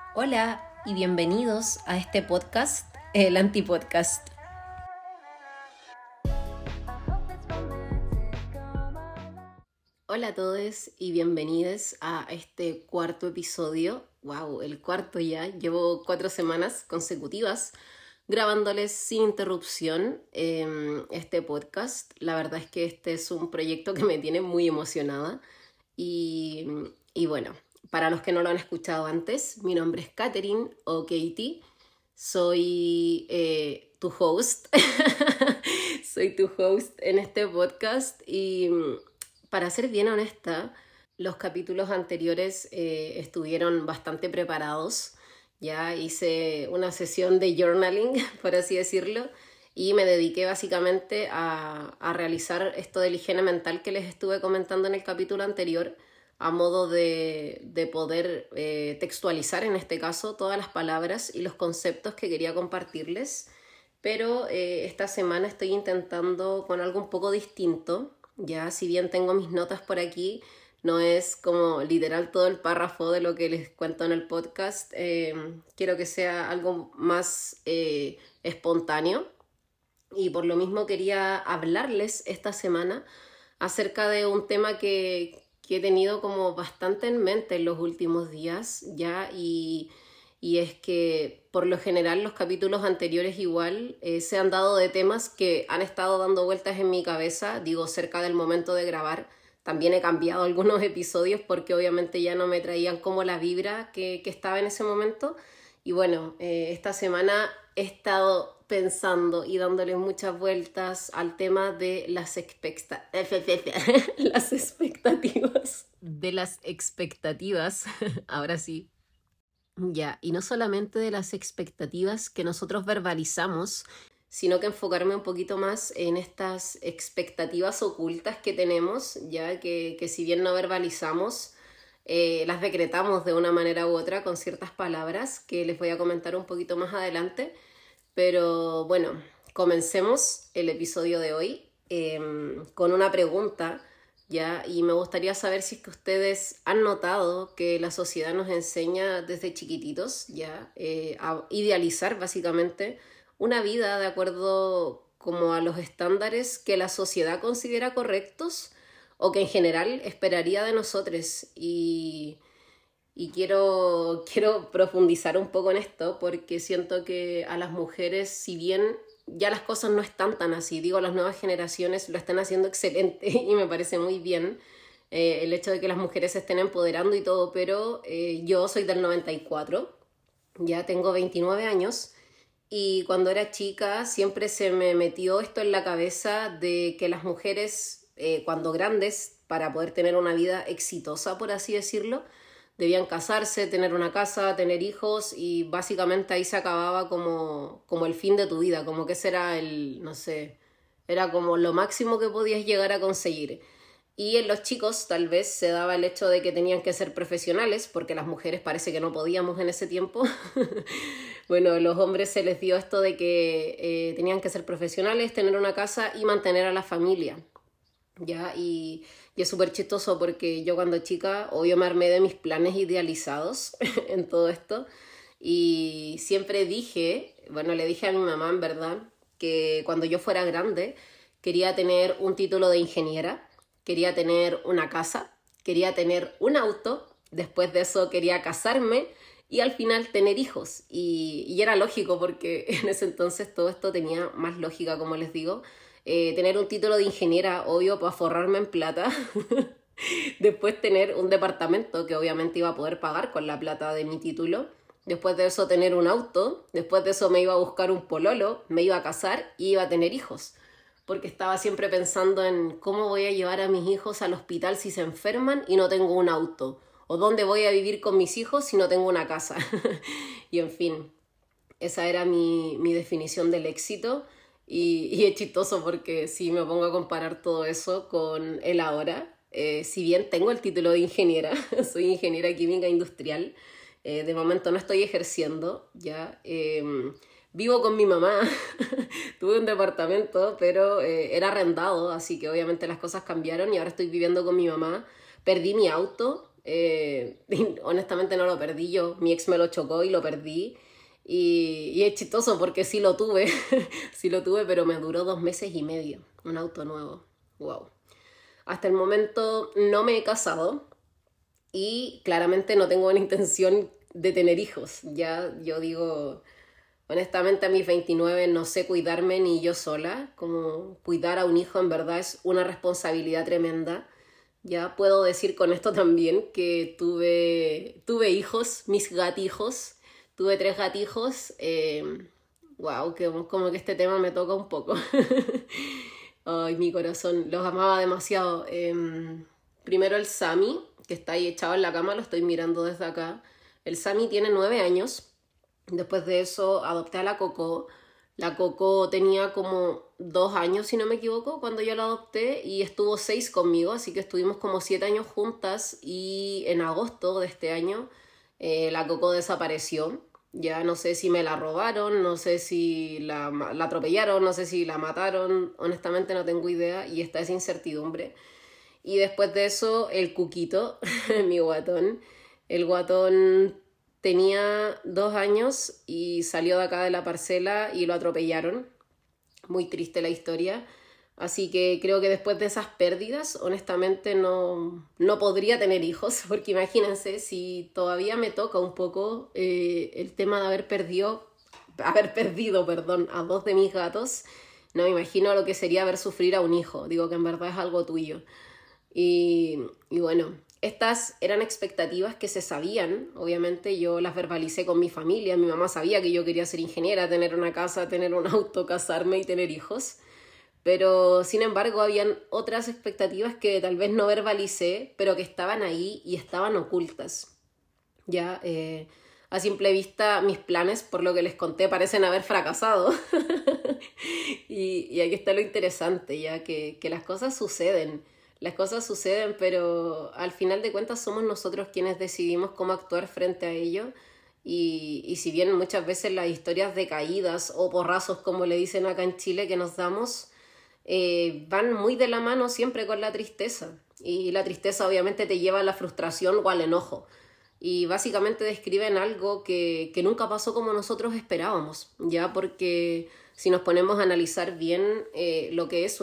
Hola y bienvenidos a este podcast, el Antipodcast. Hola a todos y bienvenidos a este cuarto episodio. Wow, el cuarto ya. Llevo 4 semanas consecutivas grabándoles sin interrupción este podcast. La verdad es que este es un proyecto que me tiene muy emocionada y bueno, para los que no lo han escuchado antes, mi nombre es Katherine o Katie. Soy tu host. Soy tu host en este podcast y para ser bien honesta, los capítulos anteriores estuvieron bastante preparados. Ya hice una sesión de journaling, por así decirlo, y me dediqué básicamente a realizar esto de la higiene mental que les estuve comentando en el capítulo anterior, a modo de poder textualizar en este caso todas las palabras y los conceptos que quería compartirles. Pero esta semana estoy intentando con algo un poco distinto. Ya, si bien tengo mis notas por aquí, no es como literal todo el párrafo de lo que les cuento en el podcast. Quiero que sea algo más espontáneo. Y por lo mismo quería hablarles esta semana acerca de un tema que he tenido como bastante en mente en los últimos días, ya, y es que por lo general los capítulos anteriores igual se han dado de temas que han estado dando vueltas en mi cabeza, digo, cerca del momento de grabar. También he cambiado algunos episodios porque obviamente ya no me traían como la vibra que estaba en ese momento. Y bueno, esta semana he estado pensando y dándole muchas vueltas al tema de las las expectativas. De las expectativas, ahora sí. Ya, y no solamente de las expectativas que nosotros verbalizamos, sino que enfocarme un poquito más en estas expectativas ocultas que tenemos, ya que si bien no verbalizamos, las decretamos de una manera u otra con ciertas palabras que les voy a comentar un poquito más adelante. Pero bueno, comencemos el episodio de hoy con una pregunta, ¿ya? Y me gustaría saber si es que ustedes han notado que la sociedad nos enseña desde chiquititos, ¿ya? A idealizar básicamente una vida de acuerdo como a los estándares que la sociedad considera correctos o que en general esperaría de nosotros. Y quiero profundizar un poco en esto porque siento que a las mujeres, si bien ya las cosas no están tan así, digo, las nuevas generaciones lo están haciendo excelente y me parece muy bien el hecho de que las mujeres se estén empoderando y todo, pero yo soy del 94, ya tengo 29 años y cuando era chica siempre se me metió esto en la cabeza de que las mujeres, cuando grandes, para poder tener una vida exitosa, por así decirlo, debían casarse, tener una casa, tener hijos y básicamente ahí se acababa como el fin de tu vida, como que ese era el, no sé, era como lo máximo que podías llegar a conseguir. Y en los chicos tal vez se daba el hecho de que tenían que ser profesionales, porque las mujeres parece que no podíamos en ese tiempo. Bueno, a los hombres se les dio esto de que tenían que ser profesionales, tener una casa y mantener a la familia. ¿Ya? Y es súper chistoso porque yo cuando chica, obvio me armé de mis planes idealizados en todo esto y siempre dije, bueno, le dije a mi mamá en verdad, que cuando yo fuera grande quería tener un título de ingeniera, quería tener una casa, quería tener un auto, después de eso quería casarme y al final tener hijos. Y era lógico porque en ese entonces todo esto tenía más lógica, como les digo. Tener un título de ingeniera, obvio, para forrarme en plata. Después tener un departamento que obviamente iba a poder pagar con la plata de mi título. Después de eso tener un auto. Después de eso me iba a buscar un pololo, me iba a casar y iba a tener hijos. Porque estaba siempre pensando en cómo voy a llevar a mis hijos al hospital si se enferman y no tengo un auto. O dónde voy a vivir con mis hijos si no tengo una casa. Y en fin, esa era mi definición del éxito. Y es chistoso porque si me pongo a comparar todo eso con el ahora, si bien tengo el título de ingeniera, soy ingeniera química industrial, de momento no estoy ejerciendo, ya vivo con mi mamá, tuve un departamento, pero era arrendado, así que obviamente las cosas cambiaron y ahora estoy viviendo con mi mamá, perdí mi auto, Y honestamente no lo perdí yo, mi ex me lo chocó y lo perdí. Y es chistoso porque sí lo tuve, sí lo tuve, pero me duró 2 meses y medio, un auto nuevo. Wow. Hasta el momento no me he casado y claramente no tengo una intención de tener hijos. Ya yo digo, honestamente a mis 29 no sé cuidarme ni yo sola, como cuidar a un hijo en verdad es una responsabilidad tremenda. Ya puedo decir con esto también que tuve hijos, mis gatijos, tuve 3 gatijos. Wow, que como que este tema me toca un poco. Ay, mi corazón, los amaba demasiado. Primero el Sammy, que está ahí echado en la cama, lo estoy mirando desde acá. El Sammy tiene 9 años. Después de eso adopté a la Coco. La Coco tenía como 2 años, si no me equivoco, cuando yo la adopté y estuvo 6 conmigo, así que estuvimos como 7 años juntas y en agosto de este año la Coco desapareció. Ya no sé si me la robaron, no sé si la atropellaron, no sé si la mataron, honestamente no tengo idea y está esa incertidumbre. Y después de eso, el Cuquito, mi guatón. El guatón tenía 2 años y salió de acá de la parcela y lo atropellaron. Muy triste la historia. Así que creo que después de esas pérdidas, honestamente no podría tener hijos, porque imagínense si todavía me toca un poco el tema de haber perdido, perdón, a 2 de mis gatos. No me imagino lo que sería ver sufrir a un hijo. Digo que en verdad es algo tuyo. Y bueno, estas eran expectativas que se sabían, obviamente yo las verbalicé con mi familia, mi mamá sabía que yo quería ser ingeniera, tener una casa, tener un auto, casarme y tener hijos, pero sin embargo habían otras expectativas que tal vez no verbalicé, pero que estaban ahí y estaban ocultas. Ya, a simple vista mis planes, por lo que les conté, parecen haber fracasado. Y aquí está lo interesante, ya que las cosas suceden. Las cosas suceden, pero al final de cuentas somos nosotros quienes decidimos cómo actuar frente a ello. Y si bien muchas veces las historias de caídas o porrazos, como le dicen acá en Chile, que nos damos, van muy de la mano siempre con la tristeza. Y la tristeza obviamente te lleva a la frustración o al enojo. Y básicamente describen algo que nunca pasó como nosotros esperábamos, ya porque si nos ponemos a analizar bien lo que es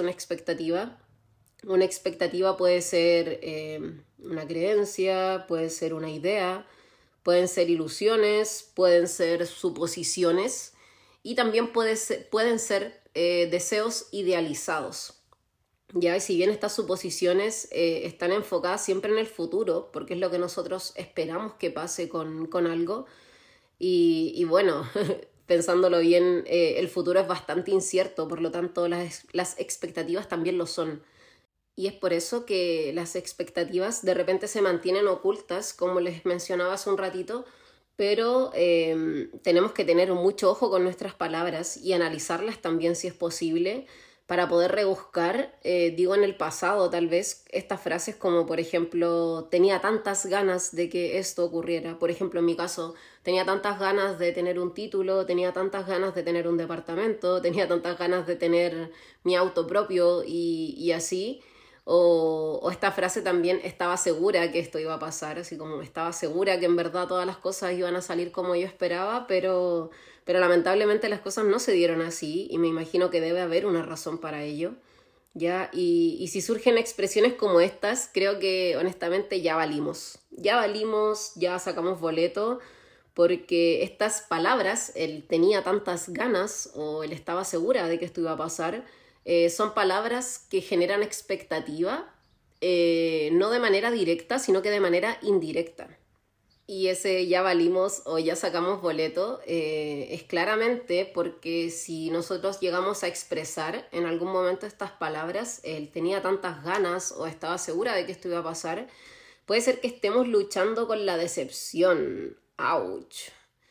una expectativa puede ser una creencia, puede ser una idea, pueden ser ilusiones, pueden ser suposiciones y también pueden ser deseos idealizados. Ya, y si bien estas suposiciones están enfocadas siempre en el futuro, porque es lo que nosotros esperamos que pase con algo, y bueno, pensándolo bien, el futuro es bastante incierto, por lo tanto las expectativas también lo son. Y es por eso que las expectativas de repente se mantienen ocultas, como les mencionaba hace un ratito, pero tenemos que tener mucho ojo con nuestras palabras y analizarlas también si es posible para poder rebuscar, digo en el pasado tal vez, estas frases como por ejemplo, tenía tantas ganas de que esto ocurriera. Por ejemplo, en mi caso, tenía tantas ganas de tener un título, tenía tantas ganas de tener un departamento, tenía tantas ganas de tener mi auto propio y así. O esta frase también, estaba segura que esto iba a pasar, así como estaba segura que en verdad todas las cosas iban a salir como yo esperaba, pero lamentablemente las cosas no se dieron así y me imagino que debe haber una razón para ello. ¿Ya? Y si surgen expresiones como estas, creo que honestamente ya valimos, ya sacamos boleto, porque estas palabras, él tenía tantas ganas o él estaba segura de que esto iba a pasar, son palabras que generan expectativa, no de manera directa, sino que de manera indirecta. Y ese ya valimos o ya sacamos boleto es claramente porque si nosotros llegamos a expresar en algún momento estas palabras, él tenía tantas ganas o estaba segura de que esto iba a pasar, puede ser que estemos luchando con la decepción. ¡Auch!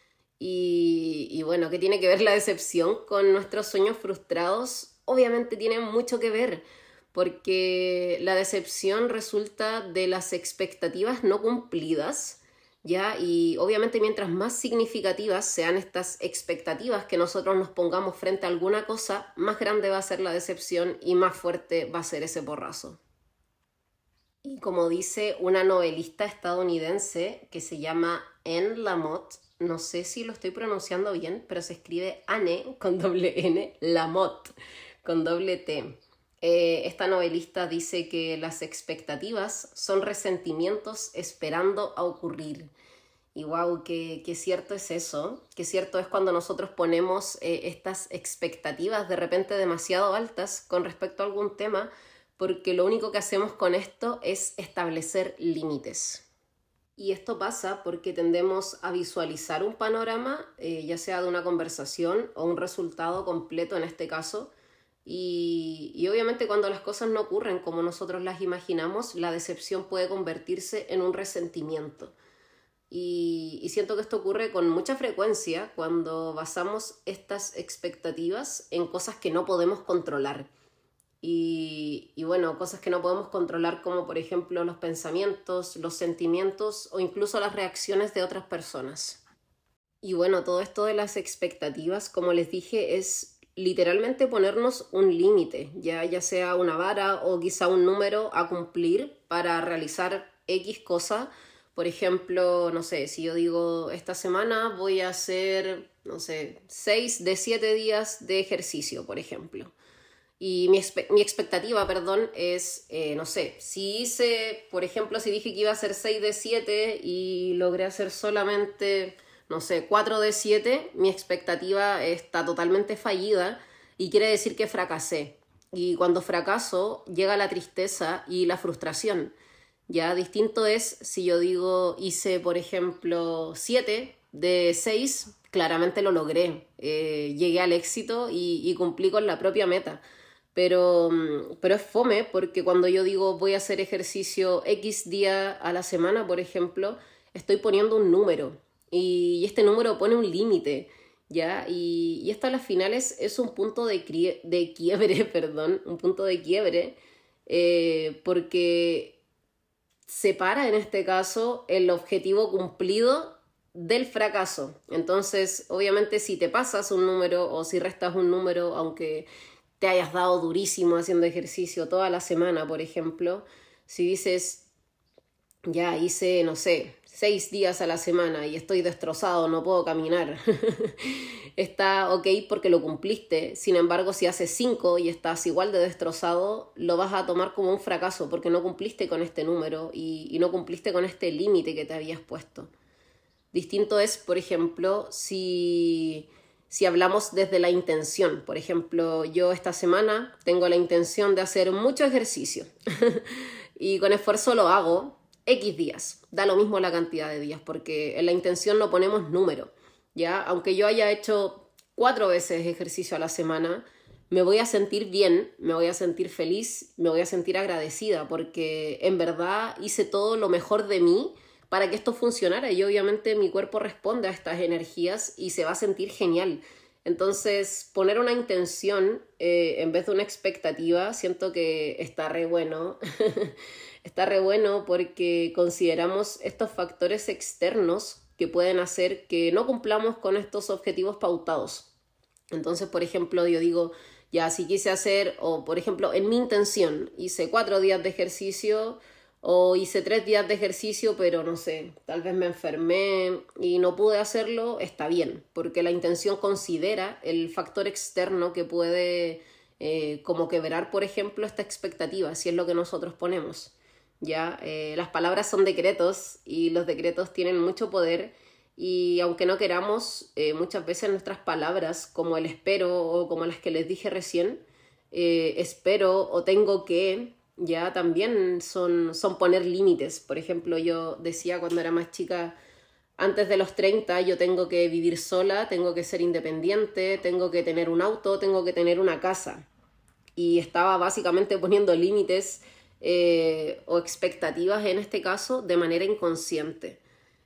Y bueno, ¿qué tiene que ver la decepción con nuestros sueños frustrados? Obviamente tiene mucho que ver, porque la decepción resulta de las expectativas no cumplidas, ¿ya? Y obviamente mientras más significativas sean estas expectativas que nosotros nos pongamos frente a alguna cosa, más grande va a ser la decepción y más fuerte va a ser ese porrazo. Y como dice una novelista estadounidense que se llama Anne Lamott, no sé si lo estoy pronunciando bien, pero se escribe Anne con doble N, Lamott con doble T. Esta novelista dice que las expectativas son resentimientos esperando a ocurrir. Y wow, qué cierto es eso, qué cierto es cuando nosotros ponemos estas expectativas de repente demasiado altas con respecto a algún tema, porque lo único que hacemos con esto es establecer límites. Y esto pasa porque tendemos a visualizar un panorama, ya sea de una conversación o un resultado completo en este caso, y obviamente cuando las cosas no ocurren como nosotros las imaginamos, la decepción puede convertirse en un resentimiento. Y siento que esto ocurre con mucha frecuencia cuando basamos estas expectativas en cosas que no podemos controlar. Y bueno, cosas que no podemos controlar como por ejemplo los pensamientos, los sentimientos o incluso las reacciones de otras personas. Y bueno, todo esto de las expectativas, como les dije, es literalmente ponernos un límite, ya sea una vara o quizá un número a cumplir para realizar X cosa. Por ejemplo, no sé, si yo digo esta semana voy a hacer, no sé, 6 de 7 días de ejercicio, por ejemplo. Y mi expectativa, perdón, es, no sé, si hice, por ejemplo, si dije que iba a hacer 6 de 7 y logré hacer solamente, no sé, 4 de 7, mi expectativa está totalmente fallida y quiere decir que fracasé. Y cuando fracaso llega la tristeza y la frustración. Ya distinto es si yo digo hice, por ejemplo, 7 de 6, claramente lo logré, llegué al éxito y cumplí con la propia meta. Pero es fome porque cuando yo digo voy a hacer ejercicio X día a la semana, por ejemplo, estoy poniendo un número y este número pone un límite, ¿ya? Y esto a las finales es un punto de quiebre, perdón, un punto de quiebre, porque separa en este caso el objetivo cumplido del fracaso. Entonces, obviamente, si te pasas un número o si restas un número, aunque te hayas dado durísimo haciendo ejercicio toda la semana, por ejemplo, si dices, ya hice, no sé, 6 días a la semana y estoy destrozado, no puedo caminar, está ok porque lo cumpliste. Sin embargo, si haces 5 y estás igual de destrozado, lo vas a tomar como un fracaso porque no cumpliste con este número y no cumpliste con este límite que te habías puesto. Distinto es, por ejemplo, si hablamos desde la intención. Por ejemplo, yo esta semana tengo la intención de hacer mucho ejercicio y con esfuerzo lo hago X días. Da lo mismo la cantidad de días porque en la intención no ponemos número, ¿ya? Aunque yo haya hecho 4 veces ejercicio a la semana, me voy a sentir bien, me voy a sentir feliz, me voy a sentir agradecida porque en verdad hice todo lo mejor de mí para que esto funcionara y obviamente mi cuerpo responde a estas energías y se va a sentir genial. Entonces, poner una intención en vez de una expectativa, siento que está re bueno. Está re bueno porque consideramos estos factores externos que pueden hacer que no cumplamos con estos objetivos pautados. Entonces, por ejemplo, yo digo, ya si quise hacer, o por ejemplo, en mi intención, hice 4 días de ejercicio o hice 3 días de ejercicio, pero no sé, tal vez me enfermé y no pude hacerlo, está bien, porque la intención considera el factor externo que puede como quebrar, por ejemplo, esta expectativa, si es lo que nosotros ponemos. ¿Ya? Las palabras son decretos y los decretos tienen mucho poder y aunque no queramos, muchas veces nuestras palabras, como el espero o como las que les dije recién, espero o tengo que, ya también son poner límites. Por ejemplo, yo decía cuando era más chica, antes de los 30 yo tengo que vivir sola, tengo que ser independiente, tengo que tener un auto, tengo que tener una casa. Y estaba básicamente poniendo límites o expectativas en este caso de manera inconsciente.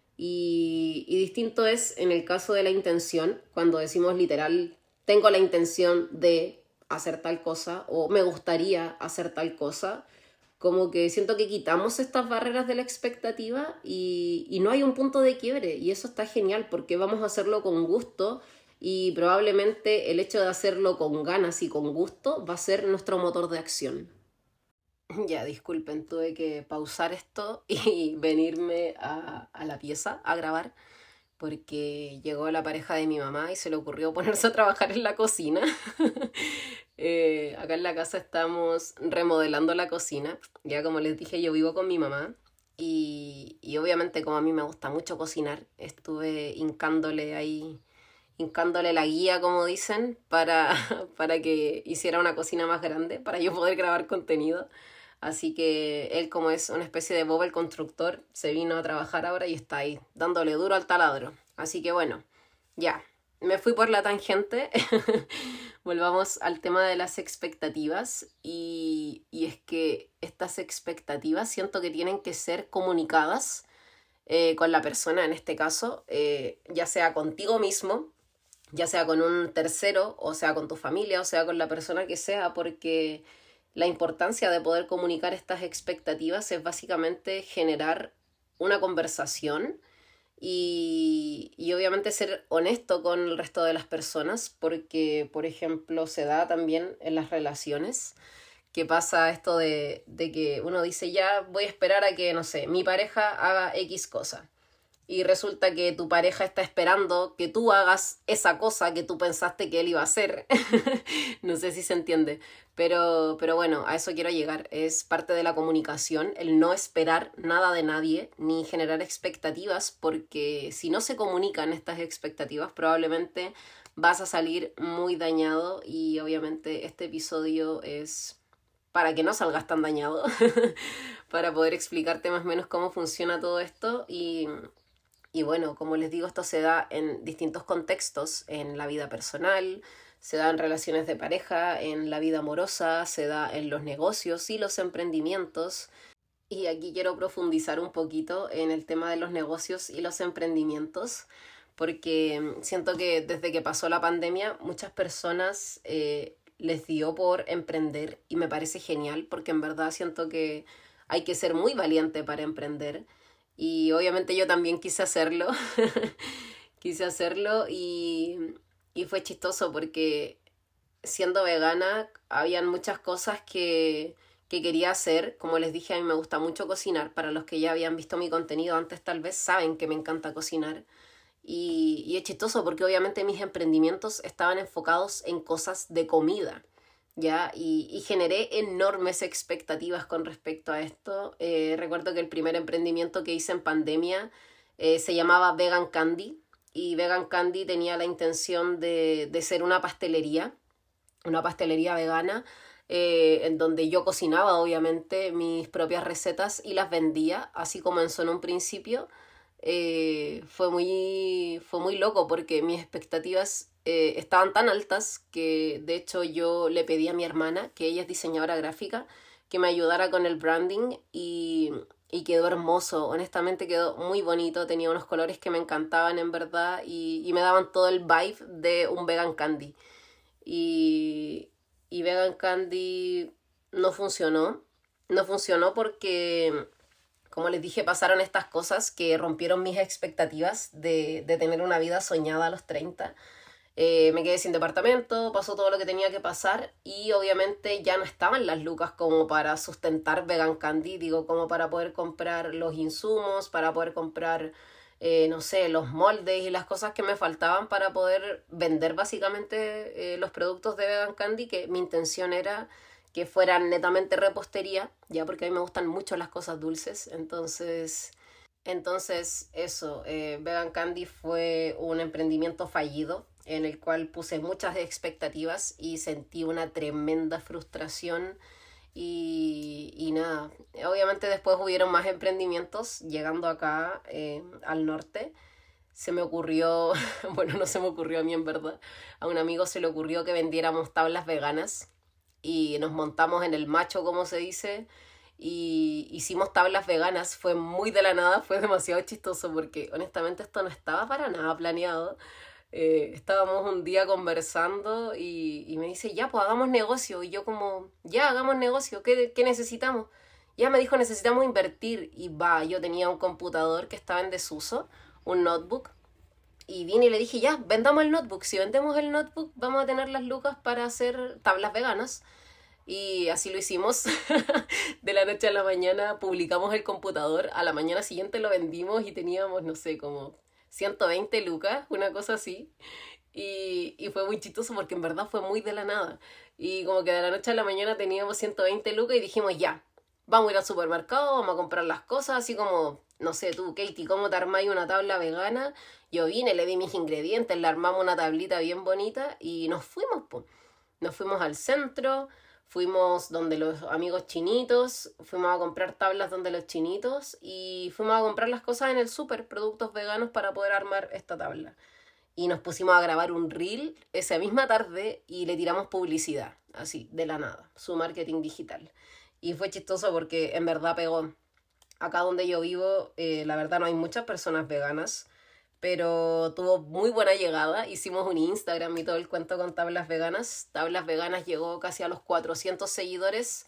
Y distinto es en el caso de la intención, cuando decimos literal, tengo la intención de hacer tal cosa o me gustaría hacer tal cosa, como que siento que quitamos estas barreras de la expectativa y no hay un punto de quiebre y eso está genial porque vamos a hacerlo con gusto y probablemente el hecho de hacerlo con ganas y con gusto va a ser nuestro motor de acción. Ya, disculpen, tuve que pausar esto y venirme a la pieza a grabar porque llegó la pareja de mi mamá y se le ocurrió ponerse a trabajar en la cocina. Acá en la casa estamos remodelando la cocina. Ya como les dije, yo vivo con mi mamá y obviamente como a mí me gusta mucho cocinar, estuve hincándole la guía, como dicen, para que hiciera una cocina más grande, para yo poder grabar contenido. Así que él, como es una especie de Bob el constructor, se vino a trabajar ahora y está ahí, dándole duro al taladro. Así que bueno, ya, me fui por la tangente. Volvamos al tema de las expectativas y es que estas expectativas siento que tienen que ser comunicadas con la persona, en este caso, ya sea contigo mismo, ya sea con un tercero, o sea con tu familia, o sea con la persona que sea, porque la importancia de poder comunicar estas expectativas es básicamente generar una conversación y obviamente ser honesto con el resto de las personas, porque, por ejemplo, se da también en las relaciones que pasa esto de que uno dice, ya voy a esperar a que, no sé, mi pareja haga X cosa y resulta que tu pareja está esperando que tú hagas esa cosa que tú pensaste que él iba a hacer. No sé si se entiende, pero bueno, a eso quiero llegar. Es parte de la comunicación, el no esperar nada de nadie ni generar expectativas, porque si no se comunican estas expectativas, probablemente vas a salir muy dañado y obviamente este episodio es para que no salgas tan dañado, para poder explicarte más o menos cómo funciona todo esto y bueno, como les digo, esto se da en distintos contextos, en la vida personal, se da en relaciones de pareja, en la vida amorosa, se da en los negocios y los emprendimientos. Y aquí quiero profundizar un poquito en el tema de los negocios y los emprendimientos, porque siento que desde que pasó la pandemia muchas personas les dio por emprender y me parece genial porque en verdad siento que hay que ser muy valiente para emprender y obviamente yo también quise hacerlo, quise hacerlo y fue chistoso porque siendo vegana habían muchas cosas que quería hacer. Como les dije, a mí me gusta mucho cocinar. Para los que ya habían visto mi contenido antes tal vez saben que me encanta cocinar. Y es chistoso porque obviamente mis emprendimientos estaban enfocados en cosas de comida. ¿Ya? Y generé enormes expectativas con respecto a esto. Recuerdo que el primer emprendimiento que hice en pandemia se llamaba Vegan Candy y Vegan Candy tenía la intención de ser una pastelería vegana en donde yo cocinaba obviamente mis propias recetas y las vendía, así comenzó en un principio. Fue muy loco porque mis expectativas estaban tan altas que de hecho yo le pedí a mi hermana, que ella es diseñadora gráfica, que me ayudara con el branding y quedó hermoso, honestamente quedó muy bonito, tenía unos colores que me encantaban en verdad y me daban todo el vibe de un vegan candy. Y, y vegan candy no funcionó, no funcionó porque como les dije, pasaron estas cosas que rompieron mis expectativas de tener una vida soñada a los 30. Me quedé sin departamento, pasó todo lo que tenía que pasar y obviamente ya no estaban las lucas como para sustentar Vegan Candy, digo, como para poder comprar los insumos, para poder comprar, no sé, los moldes y las cosas que me faltaban para poder vender básicamente los productos de Vegan Candy, que mi intención era que fueran netamente repostería, ya porque a mí me gustan mucho las cosas dulces, entonces eso, Vegan Candy fue un emprendimiento fallido en el cual puse muchas expectativas y sentí una tremenda frustración y nada, obviamente después hubieron más emprendimientos llegando acá al norte. Se me ocurrió, bueno, no se me ocurrió a mí en verdad, a un amigo se le ocurrió que vendiéramos tablas veganas y nos montamos en el macho, como se dice, y hicimos tablas veganas. Fue muy de la nada, fue demasiado chistoso porque honestamente esto no estaba para nada planeado. Estábamos un día conversando y me dice, ya, pues hagamos negocio. Y yo como, ya, hagamos negocio, ¿qué necesitamos? Ya me dijo, necesitamos invertir. Y va, yo tenía un computador que estaba en desuso, un notebook, y vine y le dije, ya, vendamos el notebook. Si vendemos el notebook, vamos a tener las lucas para hacer tablas veganas. Y así lo hicimos. De la noche a la mañana publicamos el computador. A la mañana siguiente lo vendimos y teníamos, no sé, como 120 lucas, una cosa así. Y fue muy chistoso porque en verdad fue muy de la nada. Y como que de la noche a la mañana teníamos 120 lucas y dijimos ya, vamos a ir al supermercado, vamos a comprar las cosas, así como, no sé, tú, Katie, ¿cómo te armáis una tabla vegana? Yo vine, le di mis ingredientes, le armamos una tablita bien bonita y nos fuimos, pues. Nos fuimos al centro, fuimos donde los amigos chinitos, fuimos a comprar tablas donde los chinitos y fuimos a comprar las cosas en el súper, productos veganos para poder armar esta tabla. Y nos pusimos a grabar un reel esa misma tarde y le tiramos publicidad, así, de la nada, su marketing digital. Y fue chistoso porque en verdad pegó. Acá donde yo vivo, la verdad no hay muchas personas veganas, pero tuvo muy buena llegada. Hicimos un Instagram y todo el cuento con Tablas Veganas. Tablas Veganas llegó casi a los 400 seguidores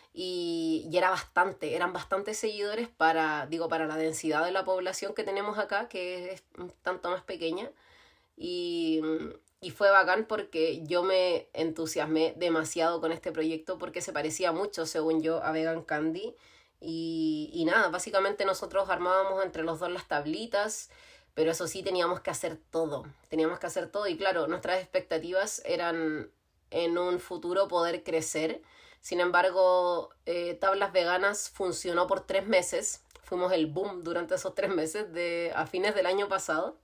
y era bastante, eran bastantes seguidores para la densidad de la población que tenemos acá, que es un tanto más pequeña. Y, y fue bacán porque yo me entusiasmé demasiado con este proyecto porque se parecía mucho, según yo, a Vegan Candy. Y nada, básicamente nosotros armábamos entre los dos las tablitas, pero eso sí teníamos que hacer todo y claro, nuestras expectativas eran en un futuro poder crecer. Sin embargo, Tablas Veganas funcionó por 3 meses, fuimos el boom durante esos 3 meses a fines del año pasado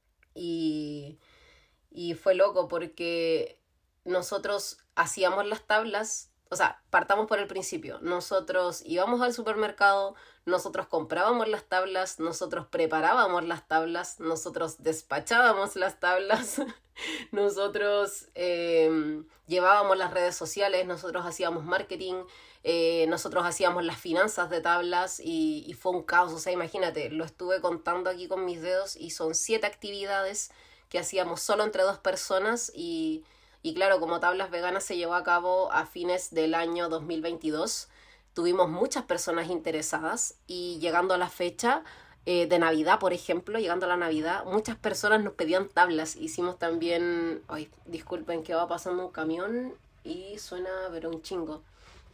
y, y fue loco porque nosotros hacíamos las tablas, o sea, partamos por el principio. Nosotros íbamos al supermercado, nosotros comprábamos las tablas, nosotros preparábamos las tablas, nosotros despachábamos las tablas, nosotros llevábamos las redes sociales, nosotros hacíamos marketing, nosotros hacíamos las finanzas de tablas y fue un caos. O sea, imagínate, lo estuve contando aquí con mis dedos y son 7 actividades que hacíamos solo entre 2 personas y claro, como Tablas Veganas se llevó a cabo a fines del año 2022, tuvimos muchas personas interesadas y llegando a la fecha de Navidad, por ejemplo, llegando a la Navidad, muchas personas nos pedían tablas. Hicimos también, ay, disculpen que va pasando un camión y suena pero un chingo.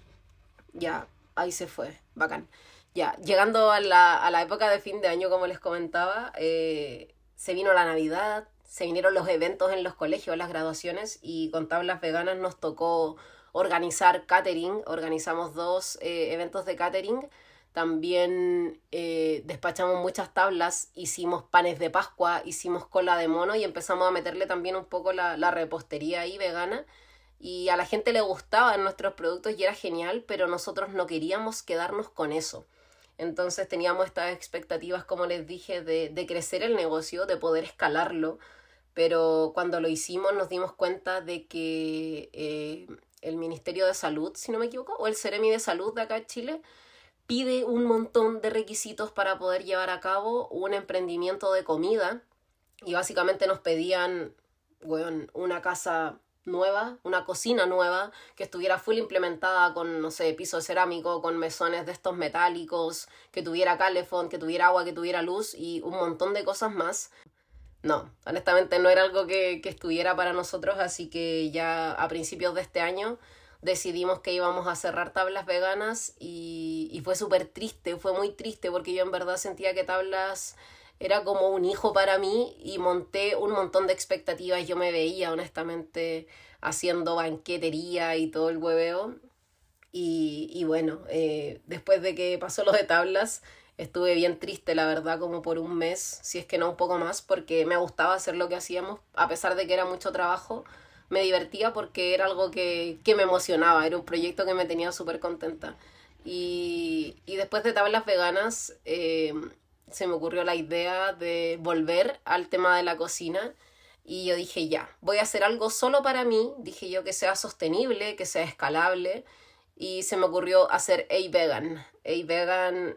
Ya, ahí se fue, bacán. Ya, llegando a la época de fin de año, como les comentaba, se vino la Navidad, se vinieron los eventos en los colegios, las graduaciones, y con Tablas Veganas nos tocó organizar catering. Organizamos 2 eventos de catering. También despachamos muchas tablas, hicimos panes de Pascua, hicimos cola de mono y empezamos a meterle también un poco la repostería ahí vegana. Y a la gente le gustaban nuestros productos y era genial, pero nosotros no queríamos quedarnos con eso. Entonces teníamos estas expectativas, como les dije, de crecer el negocio, de poder escalarlo, pero cuando lo hicimos nos dimos cuenta de que el Ministerio de Salud, si no me equivoco, o el Ceremi de Salud de acá de Chile, pide un montón de requisitos para poder llevar a cabo un emprendimiento de comida y básicamente nos pedían, bueno, una casa nueva, una cocina nueva, que estuviera full implementada con, no sé, piso cerámico, con mesones de estos metálicos, que tuviera calefón, que tuviera agua, que tuviera luz y un montón de cosas más. No, honestamente no era algo que estuviera para nosotros, así que ya a principios de este año decidimos que íbamos a cerrar Tablas Veganas y fue súper triste, fue muy triste porque yo en verdad sentía que Tablas era como un hijo para mí y monté un montón de expectativas. Yo me veía honestamente haciendo banquetería y todo el hueveo y bueno, después de que pasó lo de Tablas estuve bien triste la verdad como por un mes, si es que no un poco más, porque me gustaba hacer lo que hacíamos a pesar de que era mucho trabajo. Me divertía porque era algo que me emocionaba, era un proyecto que me tenía súper contenta. Y después de Tablas Veganas se me ocurrió la idea de volver al tema de la cocina y yo dije ya, voy a hacer algo solo para mí, dije yo que sea sostenible, que sea escalable y se me ocurrió hacer A-Vegan. A-Vegan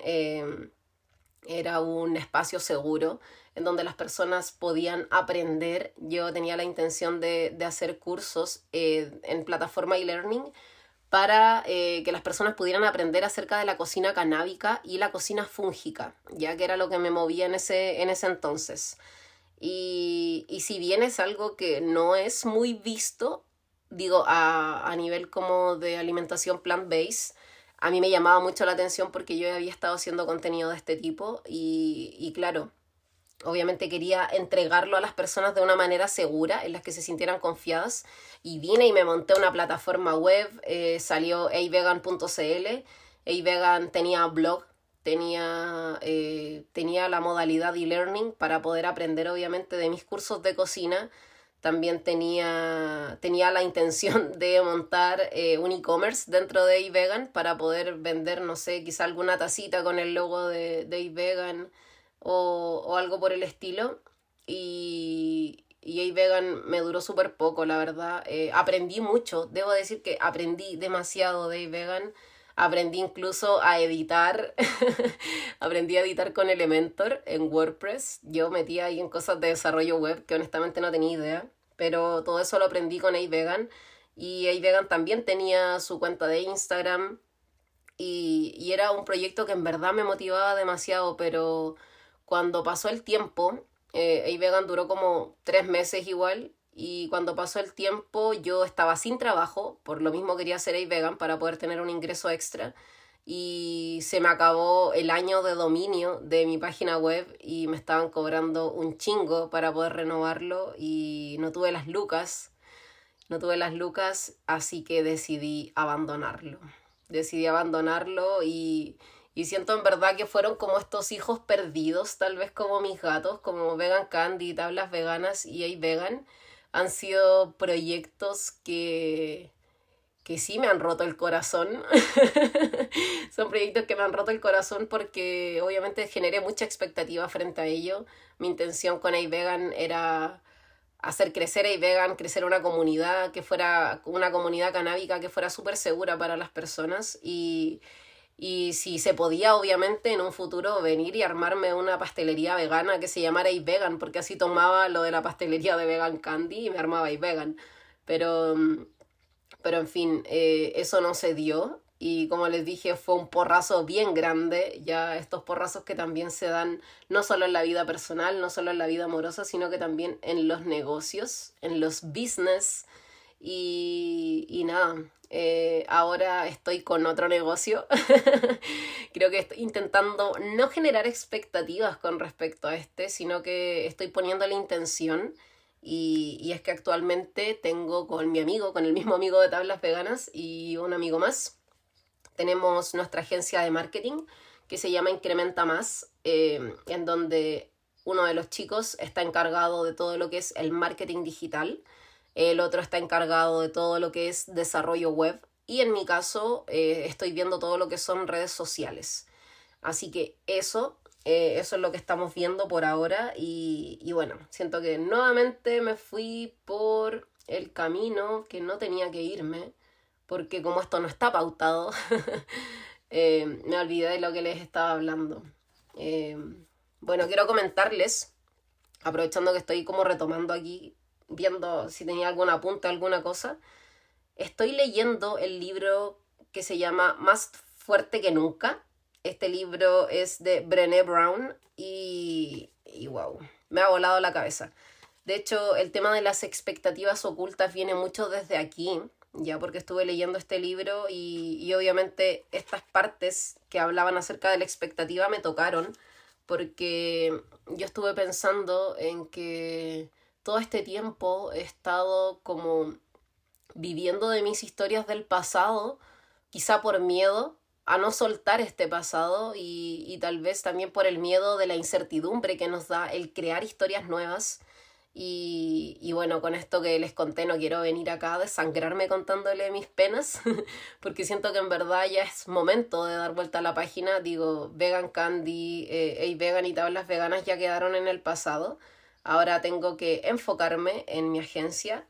era un espacio seguro en donde las personas podían aprender. Yo tenía la intención de hacer cursos en plataforma e-learning para que las personas pudieran aprender acerca de la cocina canábica y la cocina fúngica, ya que era lo que me movía en ese entonces. Y si bien es algo que no es muy visto, digo, a nivel como de alimentación plant-based, a mí me llamaba mucho la atención porque yo había estado haciendo contenido de este tipo y claro, obviamente quería entregarlo a las personas de una manera segura, en las que se sintieran confiadas. Y vine y me monté una plataforma web, salió eyvegan.cl. Eyvegan tenía blog, tenía la modalidad e-learning para poder aprender obviamente de mis cursos de cocina. También tenía la intención de montar un e-commerce dentro de Eyvegan para poder vender, no sé, quizá alguna tacita con el logo de Eyvegan o algo por el estilo. Y Eyvegan me duró súper poco, la verdad. Aprendí mucho, debo decir que aprendí demasiado de Eyvegan. Aprendí incluso a editar, aprendí a editar con Elementor en WordPress. Yo metía ahí en cosas de desarrollo web que honestamente no tenía idea, pero todo eso lo aprendí con Eyvegan. Y Eyvegan también tenía su cuenta de Instagram y era un proyecto que en verdad me motivaba demasiado, pero cuando pasó el tiempo, Eyvegan duró como 3 meses igual, y cuando pasó el tiempo yo estaba sin trabajo, por lo mismo quería hacer Eyvegan para poder tener un ingreso extra, y se me acabó el año de dominio de mi página web y me estaban cobrando un chingo para poder renovarlo y no tuve las lucas, así que decidí abandonarlo. Decidí abandonarlo y siento en verdad que fueron como estos hijos perdidos, tal vez como mis gatos, como Vegan Candy, Tablas Veganas y Eyvegan. Han sido proyectos que sí me han roto el corazón. Son proyectos que me han roto el corazón porque obviamente generé mucha expectativa frente a ello. Mi intención con Eyvegan era hacer crecer Eyvegan, crecer una comunidad que fuera una comunidad canábica que fuera súper segura para las personas y si se podía, obviamente, en un futuro venir y armarme una pastelería vegana que se llamara Eyvegan, porque así tomaba lo de la pastelería de Vegan Candy y me armaba Eyvegan. Pero, pero en fin, eso no se dio. Y como les dije, fue un porrazo bien grande. Ya estos porrazos que también se dan no solo en la vida personal, no solo en la vida amorosa, sino que también en los negocios, en los business. Y nada, ahora estoy con otro negocio. Creo que estoy intentando no generar expectativas con respecto a este, sino que estoy poniendo la intención. Y es que actualmente tengo con mi amigo, con el mismo amigo de Tablas Veganas y un amigo más, tenemos nuestra agencia de marketing que se llama Incrementa Más, en donde uno de los chicos está encargado de todo lo que es el marketing digital, el otro está encargado de todo lo que es desarrollo web y en mi caso estoy viendo todo lo que son redes sociales. Así que eso es lo que estamos viendo por ahora y bueno, siento que nuevamente me fui por el camino que no tenía que irme, porque como esto no está pautado, me olvidé de lo que les estaba hablando. Eh, bueno, quiero comentarles, aprovechando que estoy como retomando aquí, viendo si tenía algún apunte, alguna cosa, estoy leyendo el libro que se llama Más fuerte que nunca. Este libro es de Brené Brown y wow, me ha volado la cabeza. De hecho, el tema de las expectativas ocultas viene mucho desde aquí, ya porque estuve leyendo este libro y obviamente estas partes que hablaban acerca de la expectativa me tocaron porque yo estuve pensando en que todo este tiempo he estado como viviendo de mis historias del pasado, quizá por miedo a no soltar este pasado y tal vez también por el miedo de la incertidumbre que nos da el crear historias nuevas. Y bueno, con esto que les conté no quiero venir acá a desangrarme contándole mis penas, porque siento que en verdad ya es momento de dar vuelta a la página. Digo, Vegan Candy, Eyvegan y Tablas Veganas ya quedaron en el pasado. Ahora tengo que enfocarme en mi agencia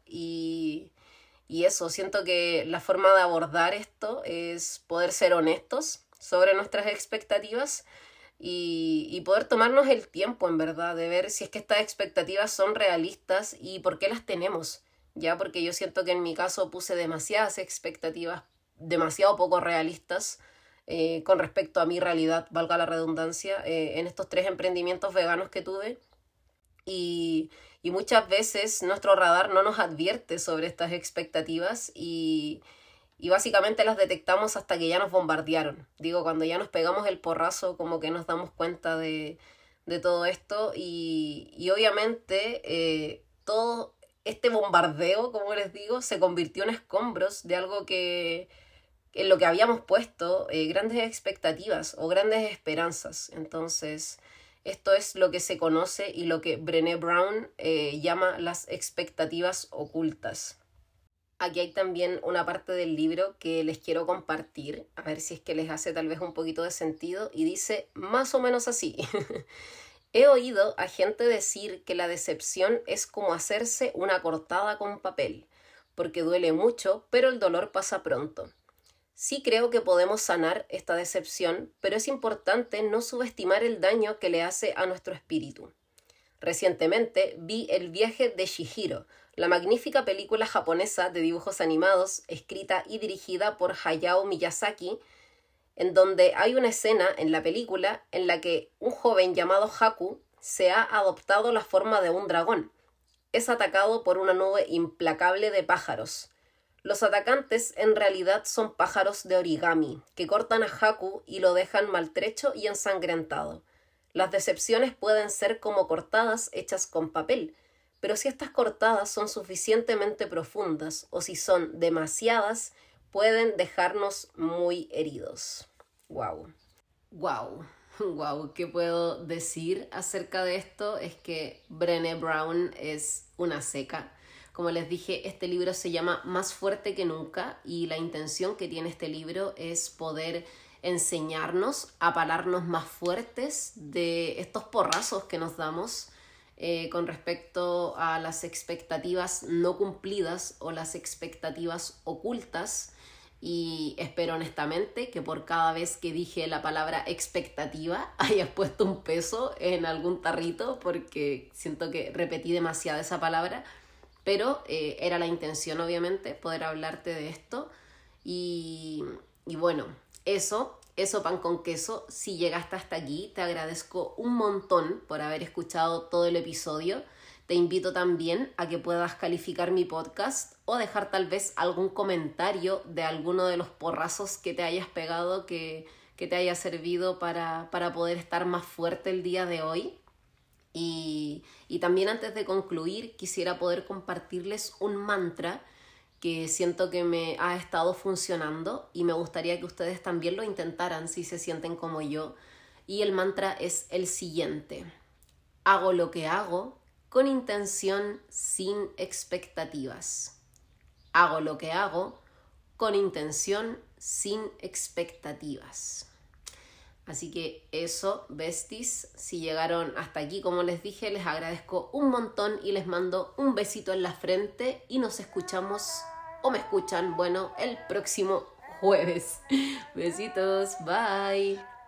y eso, siento que la forma de abordar esto es poder ser honestos sobre nuestras expectativas y poder tomarnos el tiempo, en verdad, de ver si es que estas expectativas son realistas y por qué las tenemos, ¿ya? Porque yo siento que en mi caso puse demasiadas expectativas, demasiado poco realistas con respecto a mi realidad, valga la redundancia, en estos 3 emprendimientos veganos que tuve. Y, Y muchas veces nuestro radar no nos advierte sobre estas expectativas y básicamente las detectamos hasta que ya nos bombardearon. Digo, cuando ya nos pegamos el porrazo, como que nos damos cuenta de todo esto y obviamente todo este bombardeo, como les digo, se convirtió en escombros de algo que en lo que habíamos puesto grandes expectativas o grandes esperanzas. Entonces, esto es lo que se conoce y lo que Brené Brown llama las expectativas ocultas. Aquí hay también una parte del libro que les quiero compartir, a ver si es que les hace tal vez un poquito de sentido, y dice más o menos así. He oído a gente decir que la decepción es como hacerse una cortada con papel, porque duele mucho, pero el dolor pasa pronto. Sí creo que podemos sanar esta decepción, pero es importante no subestimar el daño que le hace a nuestro espíritu. Recientemente vi El viaje de Chihiro, la magnífica película japonesa de dibujos animados, escrita y dirigida por Hayao Miyazaki, en donde hay una escena en la película en la que un joven llamado Haku se ha adoptado la forma de un dragón. Es atacado por una nube implacable de pájaros. Los atacantes en realidad son pájaros de origami, que cortan a Haku y lo dejan maltrecho y ensangrentado. Las decepciones pueden ser como cortadas hechas con papel, pero si estas cortadas son suficientemente profundas o si son demasiadas, pueden dejarnos muy heridos. Wow. Wow. Wow. ¿Qué puedo decir acerca de esto? Es que Brené Brown es una seca. Como les dije, este libro se llama Más fuerte que nunca y la intención que tiene este libro es poder enseñarnos a pararnos más fuertes de estos porrazos que nos damos con respecto a las expectativas no cumplidas o las expectativas ocultas. Y espero honestamente que por cada vez que dije la palabra expectativa hayas puesto un peso en algún tarrito, porque siento que repetí demasiado esa palabra, pero era la intención obviamente poder hablarte de esto y bueno, eso pan con queso. Si llegaste hasta aquí, te agradezco un montón por haber escuchado todo el episodio. Te invito también a que puedas calificar mi podcast o dejar tal vez algún comentario de alguno de los porrazos que te hayas pegado, que te haya servido para poder estar más fuerte el día de hoy. Y también antes de concluir, quisiera poder compartirles un mantra que siento que me ha estado funcionando y me gustaría que ustedes también lo intentaran si se sienten como yo. Y el mantra es el siguiente: hago lo que hago con intención, sin expectativas. Hago lo que hago con intención, sin expectativas. Así que eso, besties, si llegaron hasta aquí, como les dije, les agradezco un montón y les mando un besito en la frente y nos escuchamos, o me escuchan, bueno, el próximo jueves. Besitos, bye.